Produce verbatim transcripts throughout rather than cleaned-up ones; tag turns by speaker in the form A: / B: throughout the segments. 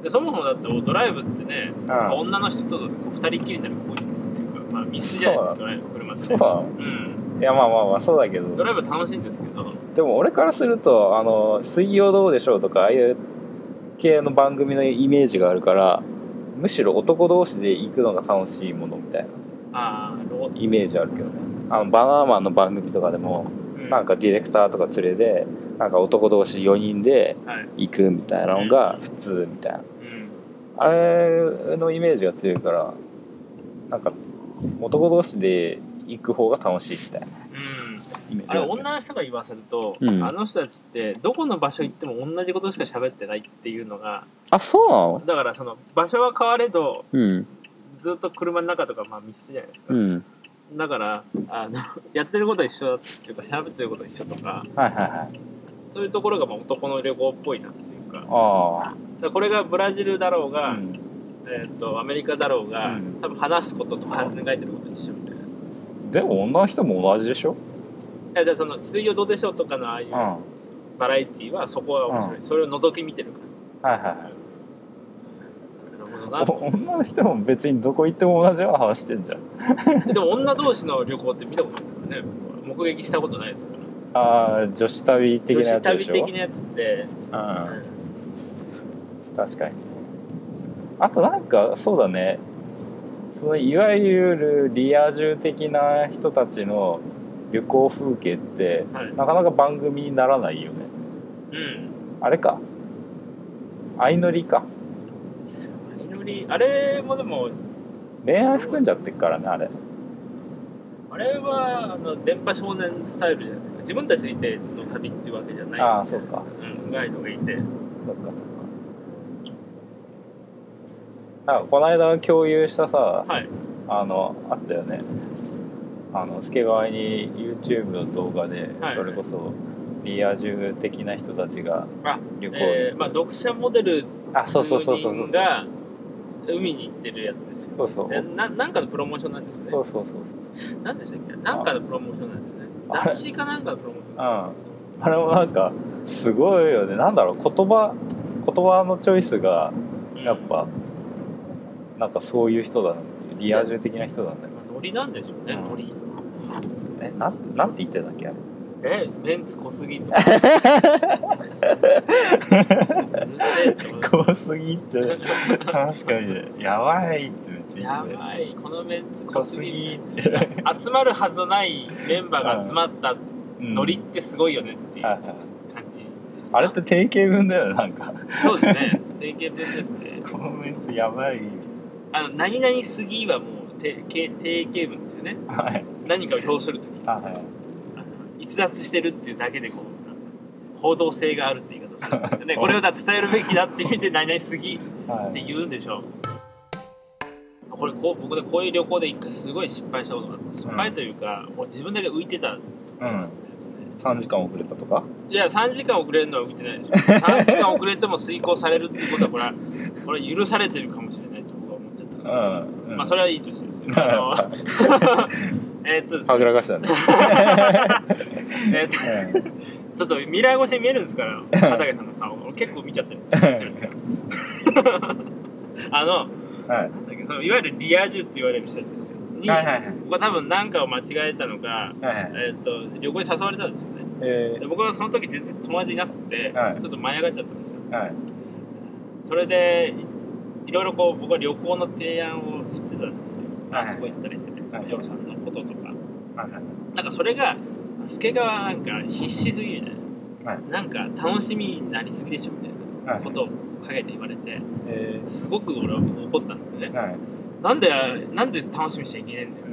A: でそもそもだってドライブってね、うん、女の人とふたりきりになる行為ですっていうか、まあ、密室じゃないですかドライブ車って。
B: そうなの、うん、いやまあまあまあそうだけど、
A: ドライブ楽しいんですけど、
B: でも俺からするとあの水曜どうでしょうとかああいう系の番組のイメージがあるから、むしろ男同士で行くのが楽しいものみたいなイメージあるけどね。あのバナナマンの番組とかでも、うん、なんかディレクターとか連れでなんか男同士よにんで行くみたいなのが普通みたいな、うん、あれのイメージが強いから、なんか男同士で行く方が楽しいみたいな、
A: うん、イメージ、ね、あれ女の人が言わせると、うん、あの人たちってどこの場所行っても同じことしか喋ってないっていうのが。
B: あ、そうなの？
A: だからその場所は変われど、
B: うん、
A: ずっと車の中とかまあ密室じゃないですか、
B: うん、
A: だからあのやってることは一緒だっていうか喋ってることは一緒とか、
B: はいはいはい、
A: そういうところがまあ男の旅行っぽいなっていうか、
B: あ
A: だこれがブラジルだろうが、うん、えー、とアメリカだろうが、うん、多分話すことと考えてること一緒みたいな。
B: でも女の人も同じでしょ？
A: いや、じゃあその水曜どうでしょうとかのああいうバラエティーはそこは面白い、うん、それを覗き見てるから。はいはいはい。
B: 女の人も別にどこ行っても同じような話してんじゃん
A: でも女同士の旅行って見たことないですからね。目撃したことないですから。
B: ああ、女子旅的なやつでしょ。
A: 女子旅的なやつって、うん、
B: 確かに。あとなんかそうだね、そのいわゆるリア充的な人たちの旅行風景って、はい、なかなか番組にならないよね。うん。あれか、相乗りか。
A: あれもでも
B: 恋愛含んじゃってっからね、あれ。
A: あれはあの電波少年スタイルじゃないですか。自分たちいての旅っていうわけじゃない。
B: ああ、そうか。
A: うん、ガイドがいて。そっかそっか。
B: なんかこの間共有したさ、
A: はい、
B: あのあったよね。あの助川に YouTube の動画で、はい、それこそリア充的な人たちが旅行、
A: えー、まあ読者モデル数人が海に行ってるやつですよ、ね。
B: そうそう。
A: な、なんかのプロモーションなんですよね。
B: そうそうそう
A: そう。なんでしたっけ？なんかのプロモーションなんですよね。雑誌かなんかのプロモーション。
B: うん。あれもなんかすごいよね。なんだろう、言葉言葉のチョイスがやっぱ、うん、なんかそういう人だね。リア充的な人だね。
A: ノリなんでしょうね。うん、ノリ。
B: え、なんなんて言ってたっけあれ。
A: え、メンツ濃すぎと
B: 濃すぎって確かにやばいってめっちゃ言って
A: やばいこのメンツ濃すぎって集まるはずないメンバーが集まったノリってすごいよねっていう感じですか。
B: あれって定型文だよね、なんか
A: そうですね、定型文ですね。
B: このメンツやばい、
A: あの何々すぎはもう定型文ですよね、はい、何かを表するときに、はい、逸脱してるっていうだけでこう報道性があるって言い方をするんですよねこれをだ伝えるべきだって意味で何々すぎって言うんでしょう、はい、これこう僕でこういう旅行で一回すごい失敗したことがあって失敗というか、うん、もう自分だけ浮いてたところがあってですね、
B: うん、さんじかん遅れたとか。
A: いやさんじかん遅れるのは浮いてないでしょさんじかん遅れても遂行されるっていうことはこれはこれは許されてるかもしれないと僕は思っちゃったから、うんうん、まあそれはいいとしてですよあのえっとですね、
B: はぐらかしたね
A: えっと、うん、ちょっとミラー越しに見えるんですから畠さんの顔俺結構見ちゃってるんですよあの、はい、なんだっけそのいわゆるリア充って言われる人たちですよに、はいはいはい、僕は多分何かを間違えたのか、はいはい、えー、と旅行に誘われたんですよね、えー、で僕はその時全然友達いなくて、はい、ちょっと舞い上がっちゃったんですよ、はい、それでいろいろこう僕は旅行の提案をしてたんですよ、はい、あそこ行ったりってね、ヨウさんのこととか、はい、なんかそれが助川なんか必死すぎるね、はい、なんか楽しみになりすぎでしょみたいなことを陰で言われて、はい、すごく俺は怒ったんですよね、はい、なんでなんで楽しみにしちゃいけないんだよ、うん、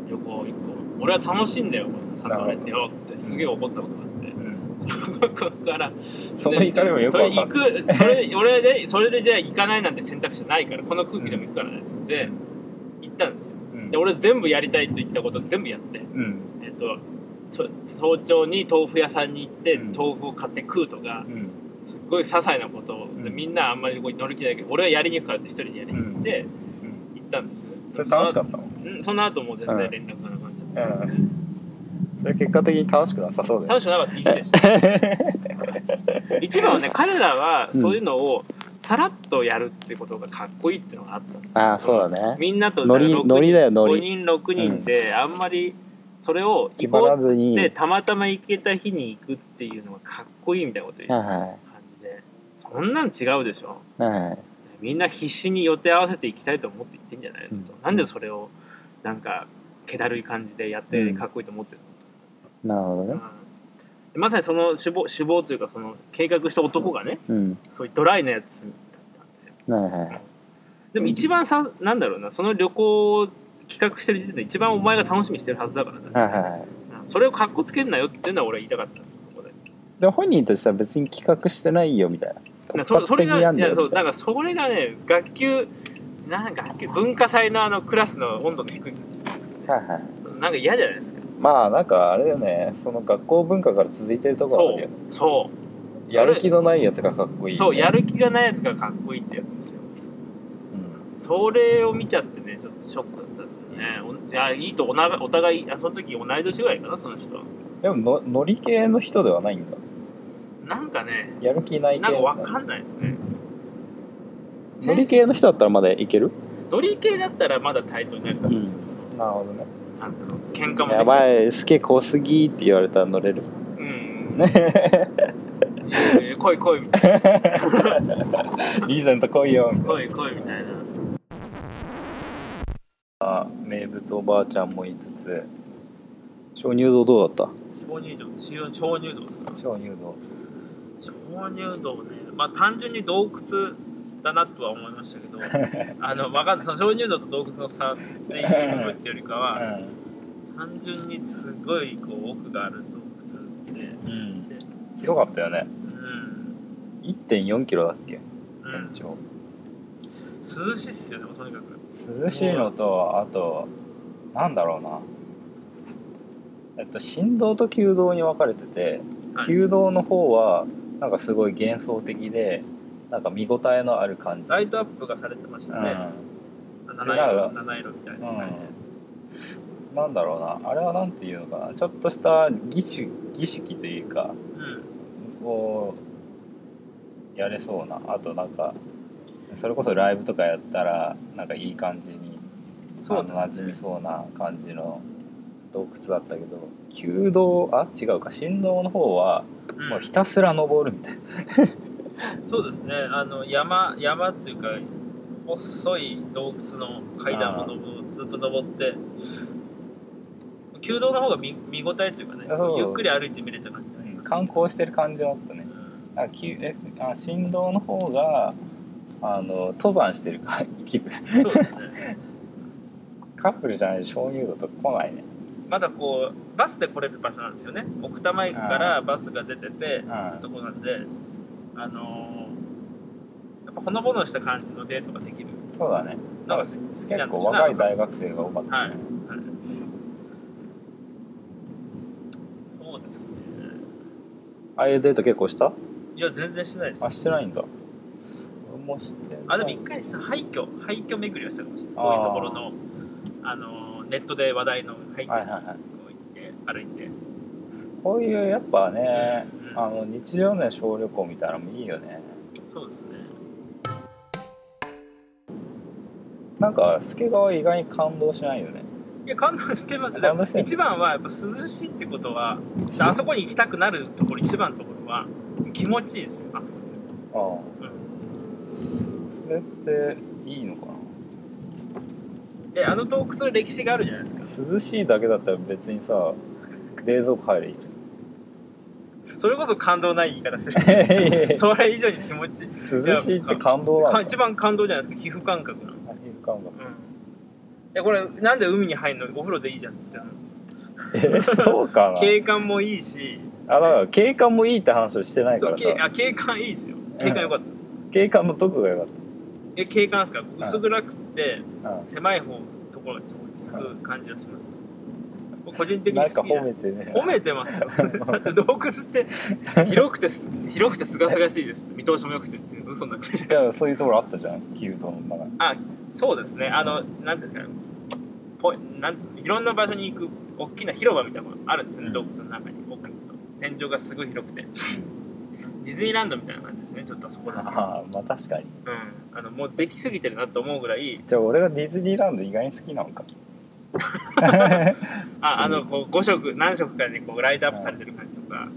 A: 旅行一個俺は楽しいんだよ誘われてよってすげえ怒ったことがあって、うん、そこから
B: その行かればよくわかんない
A: 行くそれ俺でそれでじゃあ行かないなんて選択肢ないからこの空気でも行くからねっつって行ったんですよ、うん、で俺全部やりたいと言ったこと全部やって、うん、えっと早朝に豆腐屋さんに行って、うん、豆腐を買って食うとか、うん、すっごい些細なことを、うん、みんなあんまり乗り気ないけど俺はやりに行くからって一人でやりに行って、うん、行ったんですよね。
B: それ楽しかったの？
A: うん、その後も全然連絡がなくなっちゃったんですね、
B: うん、それ結果的に楽しくなさそうだよね。
A: 楽しくなかった、いいでした一番はね彼らはそういうのをさらっとやるってことがかっこいいっていうのがあった。
B: ああそうだね。
A: みんなと
B: ノリノリだよノリ。
A: ごにんろくにんであんまりそれを行こうってたまたま行けた日に行くっていうのがかっこいいみたいなこと言う感じで、そんなん違うでしょ。はい、みんな必死に予定合わせていきたいと思って行ってんじゃないの、うん、なんでそれをなんか気だるい感じでやってかっこいいと思ってる
B: の、うん、なるほどね。
A: うん、まさにその首謀首謀というかその計画した男がね、うん、そういうドライなやつだったんですよ。はいはい、でも一番さなんだろうな、その旅行を企画してる時点で一番お前が楽しみにしてるはずだからね、はいはいはい、それをかっこつけんなよっていうのは俺は言いたかったんですよ。ここで
B: で本人としては別に企画してないよみたいな。
A: そ, それがいやそうだからそれがね学級なんか文化祭のあのクラスの温度の低い、はいはい、なんか嫌じゃないですか。
B: まあなんかあれだよね、その学校文化から続いてるところあるよね。
A: そうそう
B: やる気のないやつがかっこいい、ね、
A: そうやる気がないやつがかっこいいってやつですよ、うん、それを見ちゃってねちょっとショックだったんですよね。いやいいと お, なお互いあその時同い年ぐらいかなその人は。
B: でものノリ系の人ではないんだ。
A: なんかね
B: やる気ない系
A: なんかわかんないですね。
B: ノリ系の人だったらまだいける。
A: ノリ系だったらまだ対等になるから、うん、
B: なるほどね。
A: なんだろう喧嘩も
B: やばいスケ濃すぎって言われたら乗れる。うんい
A: やいや来い来いみたいな
B: リーゼント来いよ
A: 来い来いみたいな。
B: あ名物おばあちゃんも言いつつ鍾乳洞どうだった。
A: 鍾乳洞鍾乳洞ですか。
B: 鍾乳洞
A: 鍾乳洞ね、まあ単純に洞窟だなとは思いましたけどあの分かんないその鍾乳洞と洞窟の差っていうのってよりかは、うん、単純にすごいこう奥がある洞窟で、うん、
B: で広かったよね、うん、いってんよんキロだっけ全長、うん、
A: 涼しいっすよねとにかく。
B: 涼しいのとあとなんだろうなえっと振動と弓道に分かれてて、はい、弓道の方はなんかすごい幻想的でなんか見応えのある感じ。
A: ライトアップがされてましたね。うん、七色、七色みたいな、うん。
B: なんだろうな、あれはなんていうのかな、ちょっとした儀式、儀式というか、うん、こうやれそうな、あとなんかそれこそライブとかやったらなんかいい感じに、そうですね、馴染みそうな感じの洞窟だったけど、弓道あ違うか振動の方はもうひたすら登るみたいな。
A: そうですね、あの 山, 山っていうか細い洞窟の階段をずっと登って弓道の方が 見, 見応えというかねゆっくり歩いて見れた感じ、
B: うん、観光してる感じだったね、うん、あえあ振動の方があの登山してるか気分。そうですねカップルじゃない鍾乳洞と来ないね。
A: まだこうバスで来れる場所なんですよね。奥多摩駅からバスが出ててとこなんで、あのー、やっぱほのぼのした感じのデートができる。
B: そうだね。
A: なんか好きなん
B: ですね。結構若い大学生が多かった、ね。はい。はい。
A: そうですね。
B: ああいうデート結構した？
A: いや全然してないです。
B: あ、してないんだ。もして
A: あでも一回さ廃墟廃墟巡りをしたかもしれない。こういうところのあのネットで話題の廃墟にこう行って歩いて。
B: こういうやっぱね、うん、あの日常の小旅行みたいなのもいいよね。
A: そうですね。
B: なんか助川意外に感動しないよね。
A: いや感動してます。感動してる。一番はやっぱ涼しいってことはあそこに行きたくなるところ一番のところは気持ちいいですよあそこで。ああ、
B: うん、それっていいのかな。
A: であの洞窟の歴史があるじゃないです
B: か。涼しいだけだったら別にさ冷蔵庫入れいいじゃん。
A: それこそ感動ない言い方してるそれ以上に気持ちいい。
B: 涼しいって感動なの？
A: 一番感動じゃないですか。皮膚感覚なの。
B: 皮膚感覚、うん、い
A: やこれなんで海に入るのお風呂でいいじゃんっつってたの。
B: えそうかな。
A: 景観もいいし、
B: あだから景観もいいって話をしてないからさ。
A: あ景観いいですよ。景観良かったです、
B: うん、景観のどこが良かった？
A: え景観ですか。薄暗くて、うん、狭い方のところに落ち着く感じがします、うん個人的に好き。なんか褒めてね。褒めてますよ。だって洞窟って広くて広くてすがすがしいです。見通しも良くてっていうと嘘になってる。
B: いやそういうところあったじゃん。弓道の中に。
A: あ、そうですね。あのなんていうか、ポイなんていろんな場所に行く大きな広場みたいなのがあるんですよね。うん、洞窟の中に奥に行くと天井がすごい広くて。 ディズニーランドみたいな感じですね、ちょっとそこだけ。
B: ああ、まあ確かに。
A: うん、あのもうできすぎてるなと思うぐらい。
B: じゃあ俺がディズニーランド意外に好きなのか。
A: あ、あのこうご色何色かにこうライトアップされてる感じとか。うん。うん、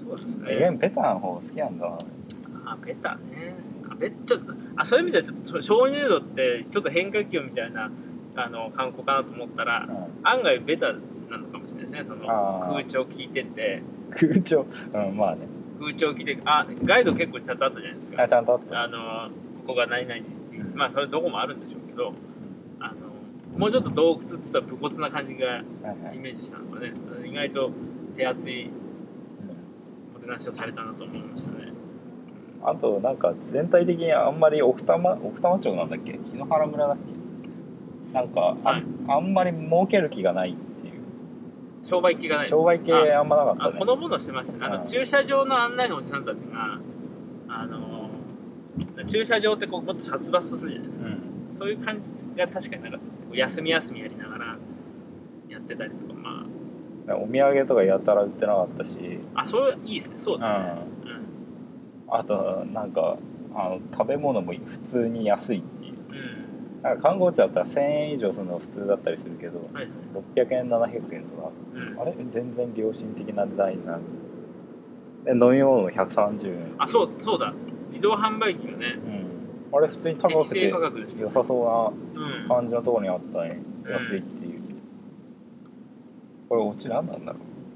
A: そうですね。
B: 意外にベタな方好きなんだな。
A: あ、ベタね。あ、ベちょっとあそういう意味ではちょっと鍾乳洞ってちょっと変化球みたいなあの観光かなと思ったら、うん、案外ベタなのかもしれないですね。その空調聞いてて。
B: 空調、うん、まあね。
A: 空調聞いて、あ、ガイド結構ちゃんとあったじゃないですか。
B: あ、ちゃんとあった。
A: あのここが何々っていう、まあそれどこもあるんでしょうけど、あのもうちょっと洞窟って言ったら武骨な感じがイメージしたのがね、はいはい、意外と手厚いもてなしをされたなと思いましたね。
B: あとなんか全体的にあんまり奥多摩奥多摩町なんだっけ、檜原村だっけ、なんか あ,、はい、あんまり儲ける気がないっていう、
A: 商売系がないです。
B: 商売系あんまなかったね。
A: あ、ほのぼのしてましたね。あの駐車場の案内のおじさんたちが、あの駐車場ってこうもっと殺伐とするじゃないですか、うん、そういう感じが確かになかったですね。休み休みやりながらやってたりとか、ま
B: あお土産とかやたら売ってなかったし、
A: あ、それいいですね。そうですね、うん
B: うん、あとなんかあの食べ物も普通に安いっていう、うん、なんか観光地だったらせんえん以上するのが普通だったりするけど、はいはい、ろっぴゃくえんななひゃくえんとか、うん、あれ全然良心的なデザインじゃん。で飲み物もひゃくさんじゅうえん。
A: あ、そうそうだ、自動販売機がね、
B: うん、あれ普通に高くて良さそうな感じのところにあったね、うん、安いっていう。これオチ何なんだろ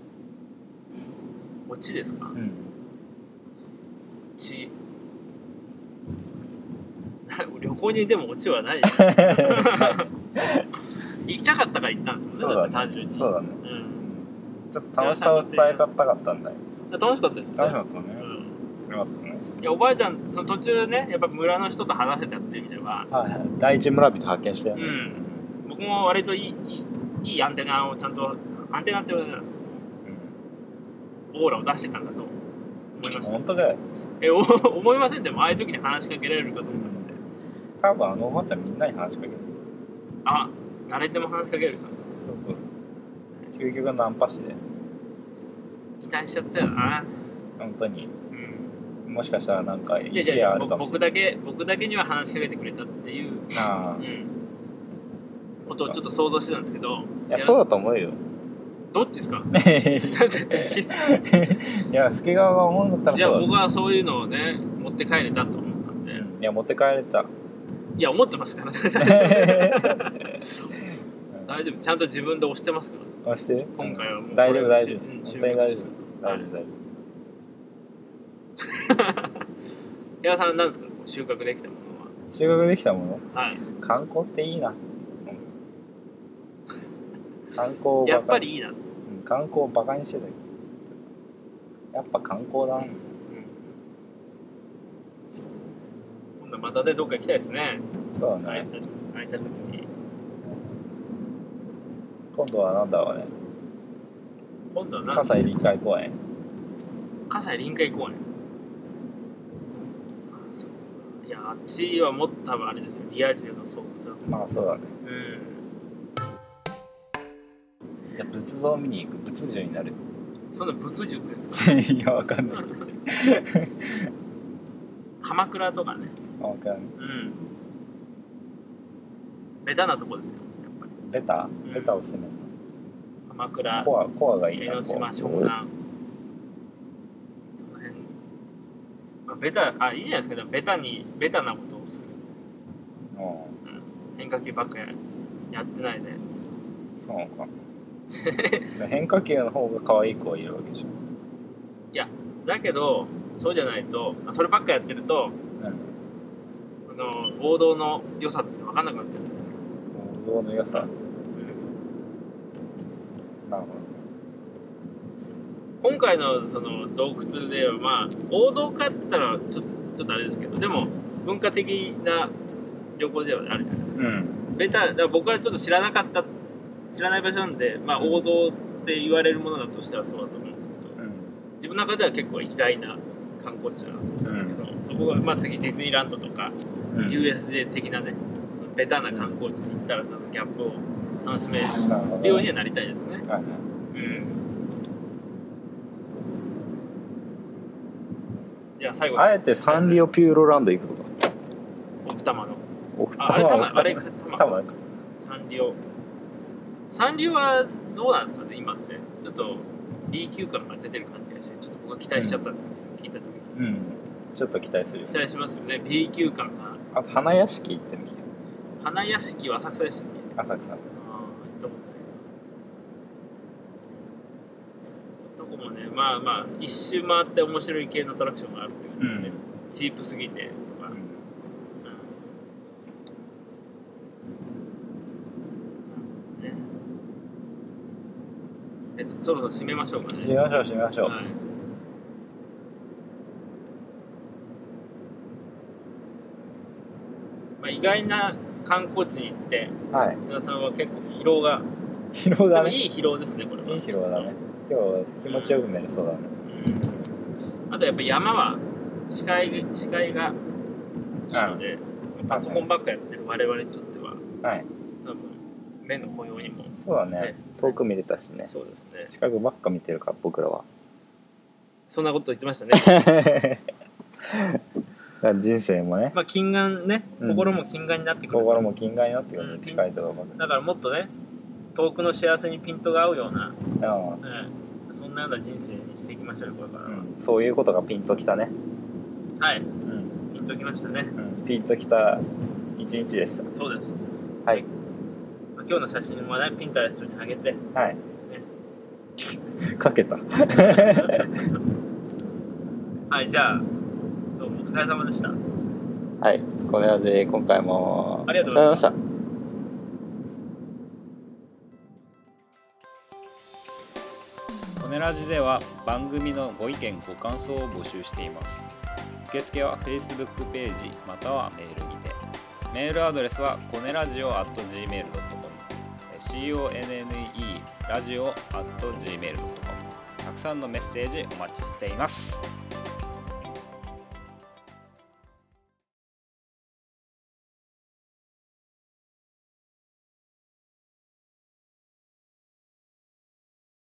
A: う。オチですか。うん。オチ。旅行にでもオチはないです。行きたかったから行ったんですもんね。
B: そうだね。
A: だって単純に。
B: そうだね。うん。ちょっと楽しさを伝えたかったんだよ。
A: 楽しかったですよね。
B: 楽しかったね。うん。よかったね。
A: いや、おばあちゃんその途中ね、やっぱ村の人と話せたっていう意味では、
B: はいはい、第一村人発見したよね。
A: うん。僕も割といいいいいいアンテナをちゃんとアンテナって言われたら、うん、オーラを出してたんだと思いました。
B: 本当だよ。
A: え、お思いませんでもああいう時に話しかけられるかと思ったので、うん、
B: 多分あのおばあちゃんみんなに話しかける。
A: あ、誰でも話しかける人なんですか。
B: そうそうそう。究極ナンパ師で
A: 期待しちゃったよな
B: 本当に、うん、もしかしたらなんか一夜あるかもしれない。
A: 僕だけ僕だけには話しかけてくれたっていう、あ、うん、ことをちょっと想像してたんですけど、
B: いやそうだと思うよ。
A: どっちですか。
B: いや助川が思うんだったらそうだ。
A: いや僕はそういうのをね持って帰れたと思ったんで、うん、
B: いや持って帰れた。
A: いや思ってますから大丈夫、ちゃんと自分で押してますから。
B: 押して
A: 今回はもう
B: 大丈夫大丈夫、本当に大丈夫大丈夫大丈夫。
A: 矢田さん何ですか、収穫できたものは。
B: 収穫できたもの、
A: はい、
B: 観光っていいな、観光
A: やっぱりいいな、うん、
B: 観光をバカにしてたけどやっぱ観光だな、うん、
A: 今度またでどっか行きたいですね。
B: そうだね、
A: 会いた時に。
B: 今度はなんだろうね、
A: 今度は何、
B: 葛西臨海公園。
A: 葛西臨海公園、いやあっちはもっと多分あれですよ、リア充の巣窟だと。
B: まあそうだね、
A: うん。
B: じゃあ仏像見に行く、仏樹になる。
A: そんな仏樹って言うんですか。
B: いやわかんない
A: 鎌倉とかね。
B: 鎌倉ね、
A: うん、ベタなとこですよやっぱり。
B: ベタ、うん、ベタをする。
A: 鎌倉、
B: コア、コアがいいな。
A: 江ノ島、湘南、その辺、まあ、ベタ、あ、いいじゃないですか。でもベタにベタなことをする。うん、変化球ばっかりやってないで。
B: そうか。変化球の方が可愛い子はいるわけでしょ。
A: いやだけどそうじゃないと、そればっかやってると、うん、あの王道の良さって分かんなくなっちゃうんじゃないですか。
B: 王道の良さ、うん、なるほど。
A: 今回のその洞窟ではまあ王道かって言ったらちょっとちょっとあれですけど、でも文化的な旅行ではあるじゃないですか、うん、ベタだから僕はちょっと知らなかった知らない場所なんで、まあ、王道って言われるものだとしたらそうだと思うんですけど、うん、自分の中では結構意外な観光地だなと思うんですけど、うん、そこが、まあ、次ディズニーランドとか、うん、ユーエスジェー 的なねベタな観光地に行ったらそのギャップを楽しめるようにはなりたいですね、うん、 最後
B: あえてサンリオピューロランド行くとか。
A: 奥多摩の。
B: 奥多
A: あ、あれ多
B: 摩
A: 摩、あれ多摩。
B: 多摩
A: サンリオ。サンリオはどうなんですかね、今って。ちょっと B 級感が出てる感じがして、ちょっと僕は期待しちゃったんですけど、うん、聞いたときに。
B: うん。ちょっと期待するよ。
A: 期待しますよね、B 級感が。
B: あと花屋敷行ってみよ
A: う。花屋敷は浅草でしたっけ？
B: 浅草。ああ、行
A: ったことない。とこもね、まあまあ、一周回って面白い系のアトラクションがあるってことですよね。うん、チープすぎてとか。うんうんね、えちょっとそろそろ締めましょうかね。
B: 締めましょう、締めましょう。はい、
A: まあ、意外な観光地に行って、はい、皆さんは結構疲労が
B: 疲労だね。
A: でもいい疲労ですね、これは。
B: いい疲労だね。今日は気持ちよく寝れそうだね。
A: うん、あとやっぱ山は視界視界がいいので、うん、パソコンばっかやってる我々にとっては、はい、多分目の保養にも、
B: そうだね、ね、遠く見れたしね。
A: そうですね。
B: 近くばっか見てるから僕らは。
A: そんなこと言ってましたね。
B: 人生もね、
A: まあ近眼ね、心も近眼になってくる、
B: うん、心も近眼になってくる、うん、近いところ
A: だからもっとね、遠くの幸せにピントが合うような、うんね、そんなような人生にしていきましょうよ、これからは、うん、
B: そういうことがピンときたね。
A: はい、うん、ピンときましたね、
B: うん、ピンときた一日でした。
A: そうです。
B: はい、
A: まあ、今日の写真はね、ピンタレストに上げて、はい、
B: ね、かけた。
A: はい、じゃあどうもお疲れ様でした。
B: はい、この味今回も
A: ありがとうございました。
B: コネラジでは番組のご意見ご感想を募集しています。受付は Facebook ページまたはメールにて。メールアドレスはコネラジオ アット ジーメール ドットコム コネ ラジオ アット ジーメール ドットコム たくさんのメッセージお待ちしています。